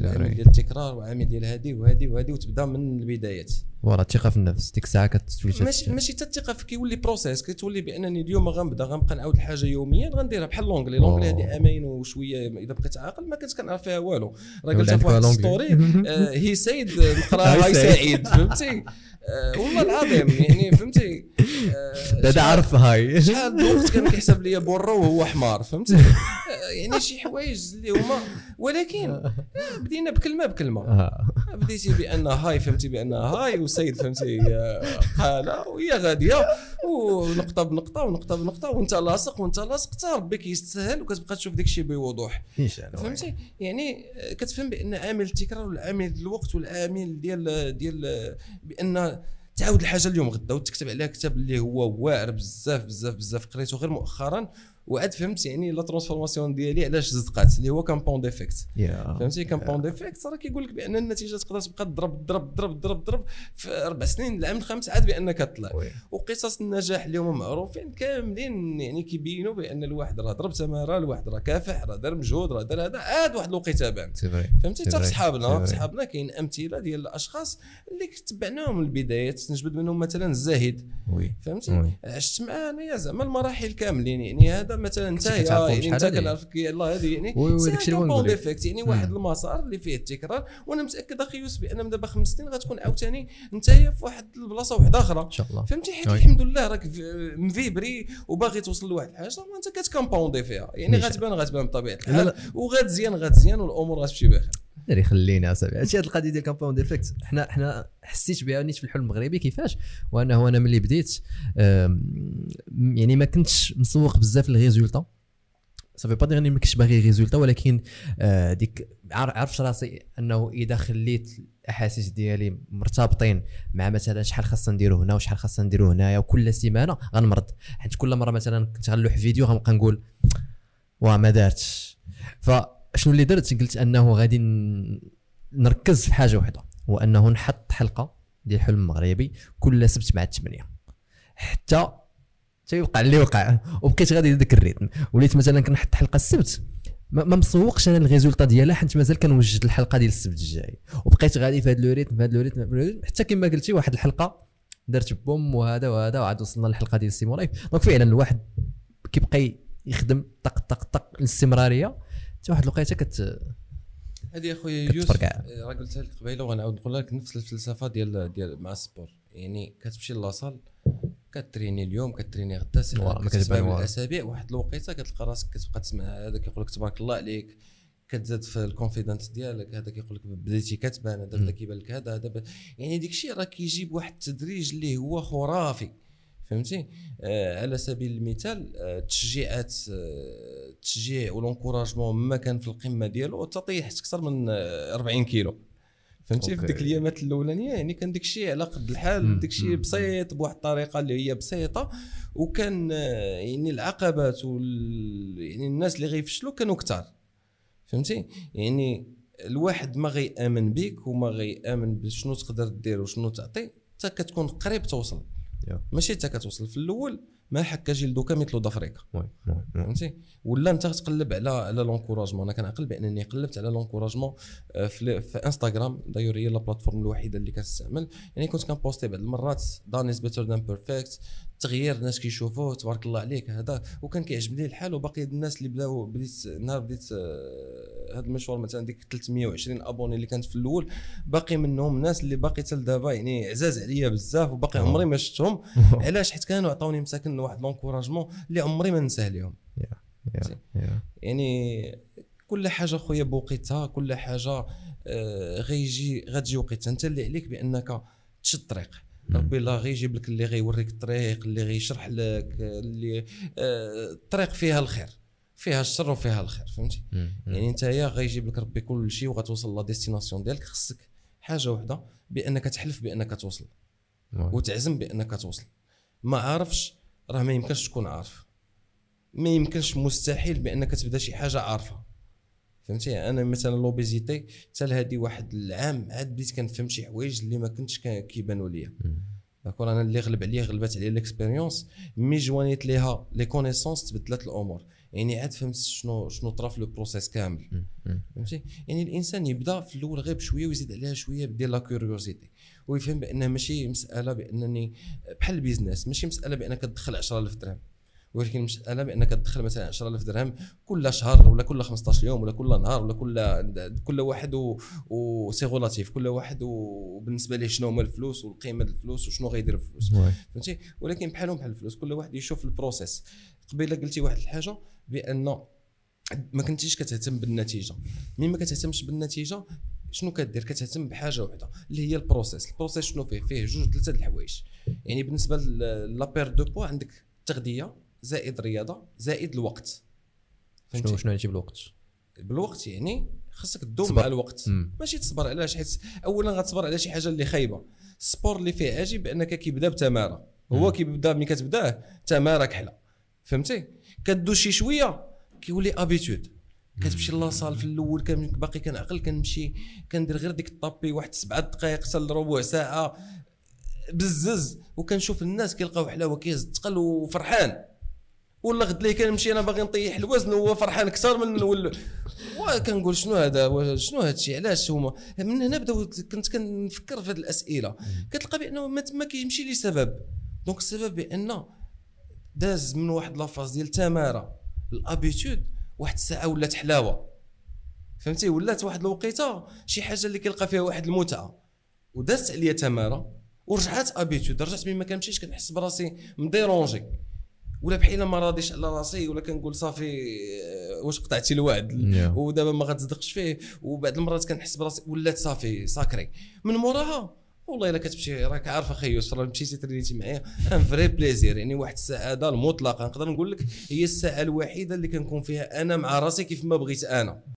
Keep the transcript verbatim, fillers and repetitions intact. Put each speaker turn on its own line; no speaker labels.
عامل ديال التكرار وعامل ديال هذه وهذه وهذه وتبدا من البدايات.
ورا الثقه في النفس ديك الساعه كتولي
ماشي ماشي حتى الثقه في كيولي بروسيس كتولي بانني اليوم غنبدا غنبقى نعاود الحاجه يوميا غنديرها بحال لونجلي لونجلي هذه امين وشويه اذا بقيت عاقل ما كنت كنعرف فيها والو. راه قلت في واحد ستوري هي سيد نقرا هاي سعيد فهمتي والله العظيم يعني فهمتي
هذا عارف هاي
شحال الوقت كان كيحسب ليا بورا وهو حمار فهمتي يعني شي حوايج اللي هما ولكن بدينا بكلمه بكلمه بديتي بان هاي فهمتي بان هاي وسيد فهمتي قاله وهي غاديه ونقطه بنقطه ونقطه بنقطه وانت لاصق وانت لاصق حتى ربي كيستسهل وكتبقى تشوف داك الشيء بوضوح
ان شاء الله
فهمتي. يعني كتفهم بان عامل التكرار والعامل ديال الوقت والعامل ديال ديال بان تعاود الحاجه اليوم غدا وتكتب عليها كتاب اللي هو واعر بزاف بزاف بزاف قريته غير مؤخرا وعاد فهمت يعني لا ترانسفورماسيون ديالي علاش صدقات اللي هو كامبون ديفيكت فهمتي. كامبون ديفيكت راه كيقول لك بان النتيجه تقدر تبقى تضرب ضرب ضرب ضرب ضرب في اربع سنين العام الخامس عاد بانك تطلع. وقصص النجاح اليوم معروفين كاملين يعني كيبينوا بان الواحد راه ضرب تماره الواحد راه كافح راه دار مجهود راه دار هذا عاد واحد الوقيته بان فهمتي. حتى في صحابنا في صحابنا كاين امثله ديال الاشخاص اللي تبعناهم من البدايات نجبد منهم مثلا الزاهد فهمتي عشت معاه انايا زعما المراحل كاملين يعني هذا مثلا انت يعني انت كنعرفك يلاه هذه يعني
وداكشي اللي
كنقول ديفيكت يعني واحد المسار اللي فيه التكرار وانا متاكد اخي يوسف بان من دابا خمس سنين غتكون عاوتاني انت في واحد البلاصه واحده اخرى ان شاء الله فهمتي حيت الحمد لله راك مفيبري وباغي توصل لواحد الحاجه وانت كتكامبوندي فيها يعني غتبان غتبان بطبيعه الحال وغتزيان غتزيان والامور غتمشي بخير.
اللي خلينا اصاحبي هادشي هاد القضيه ديال كامباوند افكت حنا حنا حسيت بها نيت في الحلم المغربي كيفاش وانه انا ملي بديت يعني ما كنتش مسوق بزاف للريزولطا صافي با دير اني ما كنتش باغي ريزولطا ولكن ديك عارفش راسي انه اذا خليت الاحاسيس ديالي مرتبطين مع مثلا شحال خاصنا نديرو هنا وشحال خاصنا نديرو هنايا وكل سيمانه غنمرض حيت كل مره مثلا كنت غنلوح فيديو غنبقى نقول واه ما دارتش. فشنو اللي درت قلت انه غادي نركز في حاجه واحده هو انه نحط حلقه ديال الحلم المغربي كل سبت مع الثمانيه حتى تيوقع اللي وقع وبقيت غادي داك الريتم. وليت مثلا كنحط حلقه السبت ما مسوقش انا الريزولطا ديالها حيت مازال كنوجد الحلقه ديال السبت الجاي وبقيت غادي في هذا لو ريتم في هذا لو ريتم حتى كما قلتي واحد الحلقه درت بوم وهذا وهذا وعاد وصلنا للحلقه ديال السيمون لايف. دونك فعلا الواحد كيبقى يخدم طق طق طق الاستمراريه حتى واحد الوقيته كت
هذه اخويا يوسف راه قلتها لك قبيله وغنعاود نقول لك نفس الفلسفه ديال ديال مع السبور يعني كتمشي لاصال كتريني اليوم كتريني غدا سير كتبان الاسابيع واحد الوقيته كتلقى راسك كتبقى تسمع هذا كيقول لك تبارك الله عليك كتزاد في الكونفيدنس ديالك هذا كيقول لك بديتي كتبان هذا بدا كيبان لك هذا هذا يعني ديك الشيء راه كيجيب واحد التدريج اللي هو خرافي فهمتي. آه على سبيل المثال التشجيعات آه التشجيع والانكوراجمون ما كان في القمه ديالو تطيح اكثر من أربعين كيلو فهمتي في ديك الايامات الاولانيه يعني كان داك الشيء على قد الحال داك الشيء بسيط بواحد الطريقه اللي هي بسيطه وكان يعني العقبات وال يعني الناس اللي غيفشلوا كانوا كثار فهمتي. يعني الواحد ما غيامن بك وما غيامن بشنو تقدر دير وشنو تعطي حتى كتكون قريب توصل ماشي حتى كتوصل في الاول ما حكا جلدوكا مثل دافريكا فهمتي. ولا انت تقلب على على لونكوراجمون. انا كنعقل بانني قلبت على لونكوراجمون في, في انستغرام داير هي لا بلاتفورم الوحيده اللي كنستعمل يعني كنت كنبوستي بعض المرات دان از بيتر ذان بيرفكت تغيير الناس كيشوفوه تبارك الله عليك هذا وكان كيعجبني الحال وباقي الناس اللي بداو بديت نهار بديت هذا المشوار مثلا ديك ثلاثمية وعشرين ابوني اللي كانت في الاول باقي منهم ناس اللي باقي حتى لدابا يعني عزاز عليا بزاف وباقي عمري ما شفتهم علاش حيت كانوا عطاوني مساكن واحد لونكوراجمون اللي عمري ما ننساه لهم يعني كل حاجه خويا بوقيتها كل حاجه آه غيجي غتجي وقيتها انت اللي عليك بانك تشد الطريق ربي الله غيجيب لك اللي غيوريك الطريق اللي غيشرح لك اللي آه الطريق فيها الخير فيها الشر وفيها الخير فهمتي. يعني انت يا غيجيب لك ربي كل شيء وغتوصل لا ديستيناسيون ديالك خصك حاجه واحده بانك تحلف بانك توصل وتعزم بانك توصل. ما عارفش راه ما يمكنش تكون عارف ما يمكنش مستحيل بانك تبدا شي حاجه عارفه فهمتي. انا مثلا لوبيزيتي حتى لهادي واحد العام عاد بديت كنفهم شي حوايج اللي ما كنتش كيبانوا ليا داكور. انا اللي غلب عليا غلبت عليا ليكسبيريونس مي جوانيت ليها لي كونيسونس تبدلت الامور. يعني عاد فهمت شنو شنو طرا في لو بروسيس كامل فهمتي. يعني الانسان يبدا في الاول غير بشويه ويزيد عليها شويه بدير لا كيوريوزيتي ويفهم بان ماشي مساله بانني بحال البيزنس ماشي مساله بانك تدخل عشرة آلاف درهم ولكن مساله بانك تدخل مثلا عشرة آلاف درهم كل شهر ولا كل خمسطاش يوم ولا كل نهار ولا كل كل واحد و سي غولاتيف كل واحد وبالنسبه ليه شنو هما الفلوس والقيمه ديال الفلوس وشنو غيدير بالفلوس فهمتي. ولكن بحالهم بحال الفلوس كل واحد يشوف البروسيس. قبيله قلتي واحد الحاجه بان ما كنتيش كتهتم بالنتيجه. ملي ما كتهتمش بالنتيجه شنو كدير؟ كتهتم بحاجه واحده اللي هي البروسيس. البروسيس شنو فيه؟ فيه جوج ثلاثه د الحوايج. يعني بالنسبه لا بير دو بوا عندك التغذيه زائد الرياضه زائد الوقت.
شنو شنو يعني بالوقت؟
بالوقت يعني خاصك تدوم مع الوقت مم. ماشي تصبر علاش حيت اولا غتصبر على شي حاجه اللي خايبه. السبور اللي فيه عاجب بانك كيبدا بتماره هو كيبدا ملي كتبداه تماره كحله فهمتي. كدوز شي شويه كيولي ابيتود كتمشي لاصال. في الاول كان باقي كنعقل كنمشي كندير غير ديك الطابي واحد سبعة دقائق حتى لربع ساعه بزز وكنشوف الناس كيلقاو حلاوه كيهز الثقل وفرحان. ولا غد ليه كنمشي انا باغي نطيح الوزن وهو فرحان اكثر من ولا وكنقول شنو هذا شنو هذا الشيء علاش هما. من هنا بداو كنت كنفكر في هذه الاسئله كتلقى بانه ما كيمشي لي سبب. دونك السبب بان داز من واحد لافاز ديال التماره الابيتود واحد الساعه ولات حلاوه فهمتي. ولات واحد الوقيته شي حاجه اللي كيلقى فيها واحد المتعه ودازت عليا تماره ورجعت ابيتود. رجعت ملي ما كنمشيش كنحس براسي مديرونجي ولا بحال ما راضيش على راسي ولا كنقول صافي واش قطعتي الوعد yeah. ودابا ما غتصدقش فيه. وبعد المرات كنحس براسي ولات صافي ساكري. من موراها والله الا كتمشي راك عارفه اخي يسرا مشيتي ترينيتي معايا ان فري بليزير. يعني واحد السعاده المطلقه نقدر نقول لك هي الساعه الوحيده اللي كنكون فيها انا مع راسي كيف ما بغيت انا.